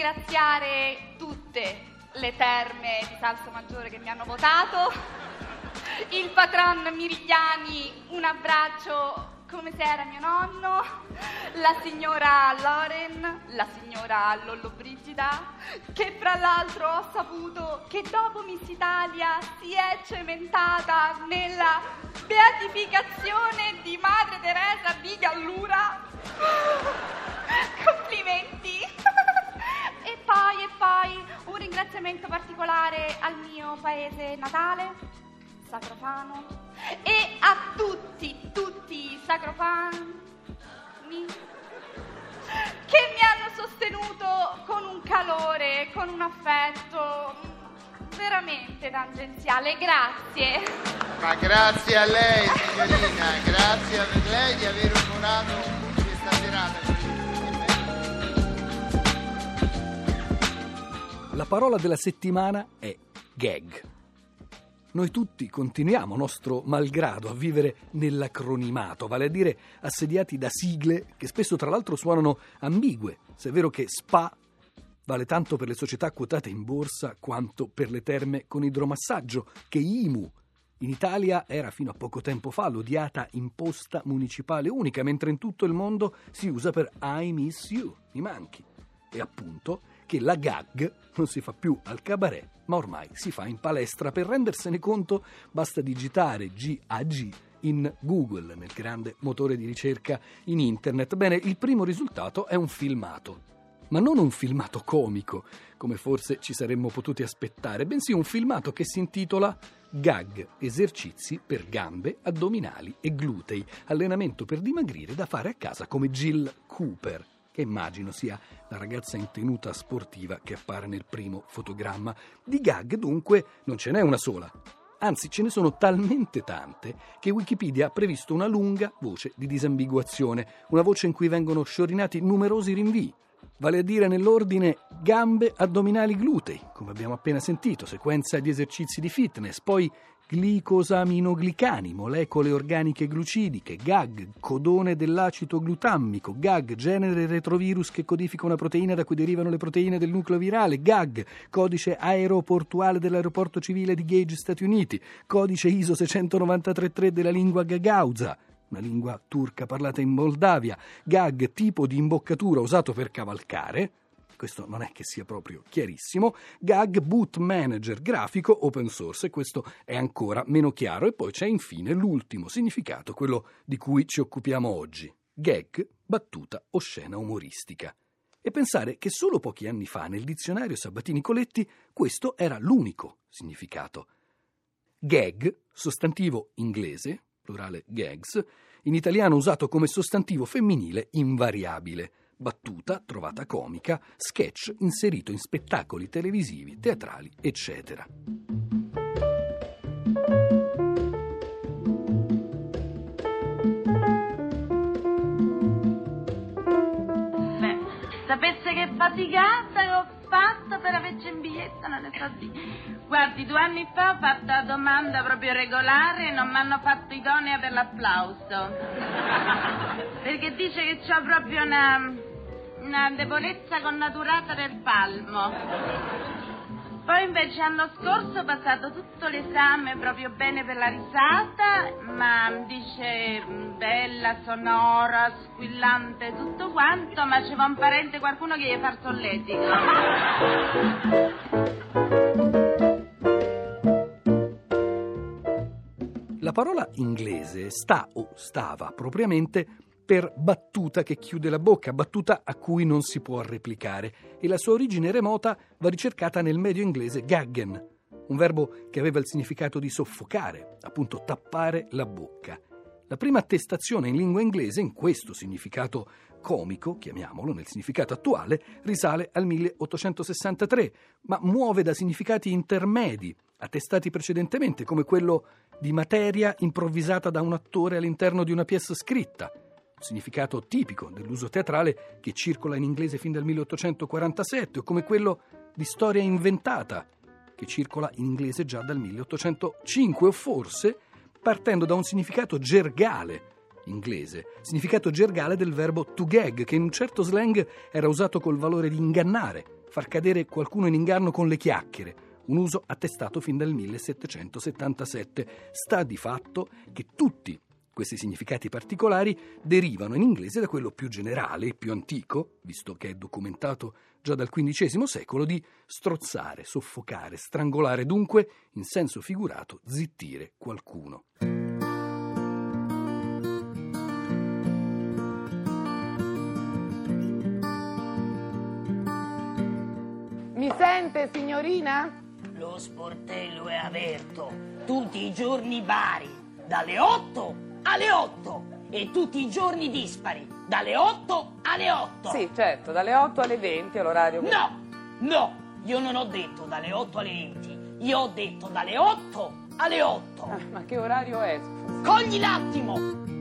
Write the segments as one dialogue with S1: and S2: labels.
S1: ringraziare tutte le terme di Salso Maggiore che mi hanno votato, il patron Mirigliani, un abbraccio come se era mio nonno, la signora Loren, la signora Lollobrigida, che fra l'altro ho saputo che dopo Miss Italia si è cementata nella beatificazione di Madre Teresa di Gallura. Complimenti. E poi un ringraziamento particolare al mio paese natale, Sacrofano, e a tutti i sacrofani che mi hanno sostenuto con un calore, con un affetto veramente tangenziale. Grazie.
S2: Ma grazie a lei, signorina, grazie a lei di aver onorato questa serata.
S3: La parola della settimana è gag. Noi tutti continuiamo, nostro malgrado, a vivere nell'acronimato, vale a dire assediati da sigle che spesso tra l'altro suonano ambigue, se è vero che SPA vale tanto per le società quotate in borsa quanto per le terme con idromassaggio, che IMU in Italia era fino a poco tempo fa l'odiata imposta municipale unica, mentre in tutto il mondo si usa per I miss you, mi manchi. E appunto che la gag non si fa più al cabaret, ma ormai si fa in palestra. Per rendersene conto basta digitare GAG in Google, nel grande motore di ricerca in internet. Bene, il primo risultato è un filmato, ma non un filmato comico, come forse ci saremmo potuti aspettare, bensì un filmato che si intitola Gag, esercizi per gambe, addominali e glutei, allenamento per dimagrire da fare a casa come Jill Cooper, che immagino sia la ragazza in tenuta sportiva che appare nel primo fotogramma. Di gag, dunque, non ce n'è una sola. Anzi, ce ne sono talmente tante che Wikipedia ha previsto una lunga voce di disambiguazione, una voce in cui vengono sciorinati numerosi rinvii, vale a dire nell'ordine gambe, addominali, glutei, come abbiamo appena sentito, sequenza di esercizi di fitness, poi glicosaminoglicani, molecole organiche glucidiche, gag, codone dell'acido glutammico, gag, genere retrovirus che codifica una proteina da cui derivano le proteine del nucleo virale, gag, codice aeroportuale dell'aeroporto civile di Gage, Stati Uniti, codice ISO 693.3 della lingua gagauza, una lingua turca parlata in Moldavia, gag, tipo di imboccatura usato per cavalcare, questo non è che sia proprio chiarissimo, gag, boot manager grafico open source, e questo è ancora meno chiaro, e poi c'è infine l'ultimo significato, quello di cui ci occupiamo oggi, gag, battuta o scena umoristica. E pensare che solo pochi anni fa nel dizionario Sabatini-Coletti questo era l'unico significato. Gag, sostantivo inglese, plurale gags, in italiano usato come sostantivo femminile invariabile, battuta trovata comica, sketch inserito in spettacoli televisivi, teatrali, eccetera.
S4: Beh, sapesse che faticata che ho fatto per averci in biglietto, non ne so di. Guardi, 2 anni fa ho fatto la domanda proprio regolare e non mi hanno fatto idonea per l'applauso. Perché dice che c'ho proprio una debolezza connaturata del palmo. Poi invece l'anno scorso ho passato tutto l'esame proprio bene per la risata, ma dice bella, sonora, squillante, tutto quanto, ma c'era un parente, qualcuno che gli fa il solletico.
S3: La parola inglese sta o stava propriamente per battuta che chiude la bocca, battuta a cui non si può replicare, e la sua origine remota va ricercata nel medio inglese gaggen, un verbo che aveva il significato di soffocare, appunto tappare la bocca. La prima attestazione in lingua inglese in questo significato comico, chiamiamolo, nel significato attuale, risale al 1863, ma muove da significati intermedi, attestati precedentemente, come quello di materia improvvisata da un attore all'interno di una pièce scritta, significato tipico dell'uso teatrale che circola in inglese fin dal 1847, o come quello di storia inventata, che circola in inglese già dal 1805, o forse partendo da un significato gergale inglese, significato gergale del verbo to gag, che in un certo slang era usato col valore di ingannare, far cadere qualcuno in inganno con le chiacchiere, un uso attestato fin dal 1777. Sta di fatto che tutti questi significati particolari derivano in inglese da quello più generale e più antico, visto che è documentato già dal XV secolo, di strozzare, soffocare, strangolare, dunque, in senso figurato, zittire qualcuno.
S5: Mi sente, signorina?
S6: Lo sportello è aperto tutti i giorni pari, dalle 8 alle 8 e tutti i giorni dispari, dalle 8 alle 8.
S5: Sì, certo, dalle 8 alle 20 è l'orario.
S6: No, io non ho detto dalle 8 alle 20, io ho detto dalle 8 alle 8.
S5: Ma che orario è? Scusi.
S6: Cogli l'attimo!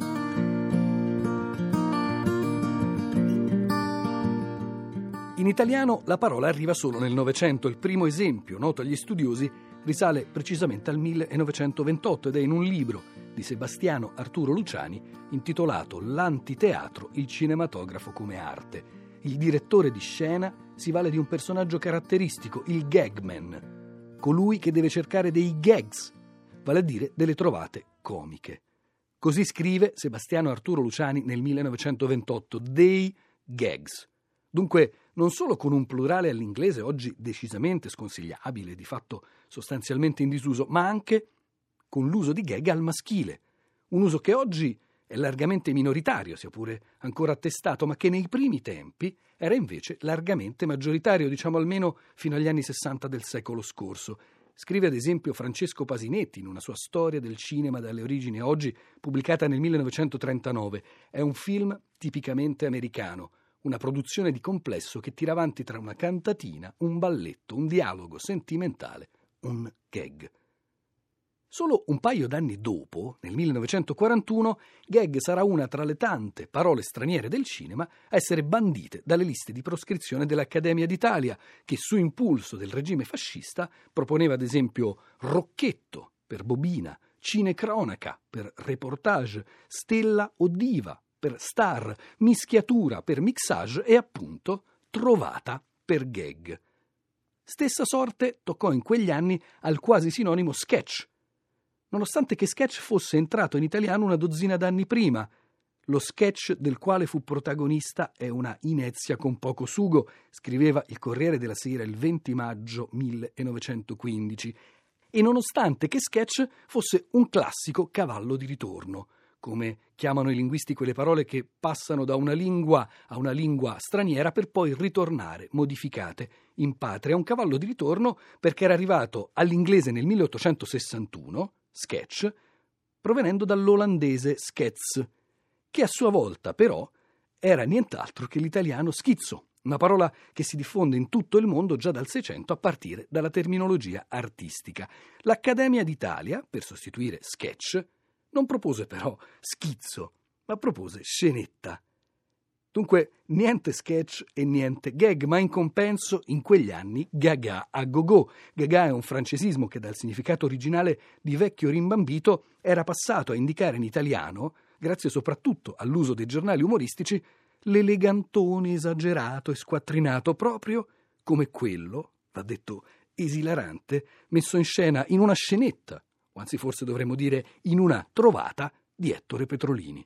S3: In italiano la parola arriva solo nel Novecento. Il primo esempio, noto agli studiosi, risale precisamente al 1928 ed è in un libro di Sebastiano Arturo Luciani intitolato L'antiteatro, il cinematografo come arte. Il direttore di scena si vale di un personaggio caratteristico, il gagman, colui che deve cercare dei gags, vale a dire delle trovate comiche. Così scrive Sebastiano Arturo Luciani nel 1928, dei gags. Dunque, non solo con un plurale all'inglese oggi decisamente sconsigliabile, di fatto sostanzialmente in disuso, ma anche con l'uso di gag al maschile, un uso che oggi è largamente minoritario, sia pure ancora attestato, ma che nei primi tempi era invece largamente maggioritario, diciamo almeno fino agli anni 60 del secolo scorso. Scrive ad esempio Francesco Pasinetti in una sua storia del cinema dalle origini a oggi, pubblicata nel 1939. È un film tipicamente americano, una produzione di complesso che tira avanti tra una cantatina, un balletto, un dialogo sentimentale, un gag. Solo un paio d'anni dopo, nel 1941, gag sarà una tra le tante parole straniere del cinema a essere bandite dalle liste di proscrizione dell'Accademia d'Italia, che su impulso del regime fascista proponeva ad esempio rocchetto per bobina, cinecronaca per reportage, stella o diva per star, mischiatura per mixage e appunto trovata per gag. Stessa sorte toccò in quegli anni al quasi sinonimo sketch, nonostante che sketch fosse entrato in italiano una dozzina d'anni prima. Lo sketch del quale fu protagonista è una inezia con poco sugo, scriveva il Corriere della Sera il 20 maggio 1915, e nonostante che sketch fosse un classico cavallo di ritorno, come chiamano i linguisti quelle parole che passano da una lingua a una lingua straniera per poi ritornare modificate in patria. Un cavallo di ritorno perché era arrivato all'inglese nel 1861, sketch, provenendo dall'olandese skets, che a sua volta però era nient'altro che l'italiano schizzo, una parola che si diffonde in tutto il mondo già dal Seicento a partire dalla terminologia artistica. L'Accademia d'Italia, per sostituire sketch, non propose però schizzo, ma propose scenetta. Dunque niente sketch e niente gag, ma in compenso in quegli anni gaga a go-go. Gaga è un francesismo che dal significato originale di vecchio rimbambito era passato a indicare in italiano, grazie soprattutto all'uso dei giornali umoristici, l'elegantone esagerato e squattrinato, proprio come quello, va detto esilarante, messo in scena in una scenetta, o anzi forse dovremmo dire in una trovata di Ettore Petrolini.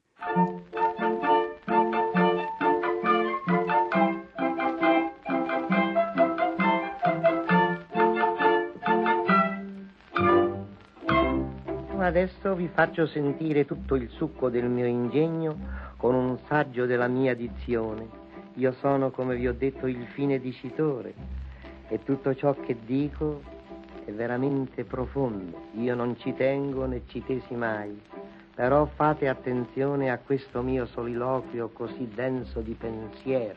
S7: Adesso vi faccio sentire tutto il succo del mio ingegno con un saggio della mia dizione. Io sono, come vi ho detto, il fine dicitore e tutto ciò che dico è veramente profondo. Io non ci tengo né ci tesi mai, però fate attenzione a questo mio soliloquio così denso di pensiero.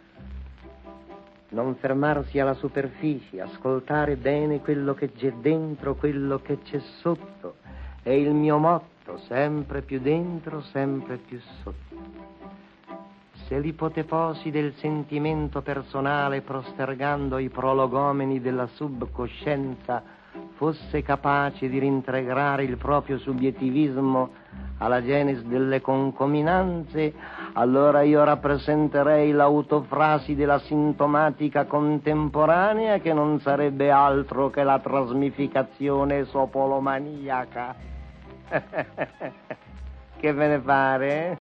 S7: Non fermarsi alla superficie, ascoltare bene quello che c'è dentro, quello che c'è sotto. È il mio motto, sempre più dentro, sempre più sotto. Se l'ipoteposi del sentimento personale, prostergando i prologomeni della subcoscienza, fosse capace di rintegrare il proprio subiettivismo alla genesi delle concominanze, allora io rappresenterei l'autofrasi della sintomatica contemporanea, che non sarebbe altro che la trasmificazione sopolomaniaca. Che ve ne pare?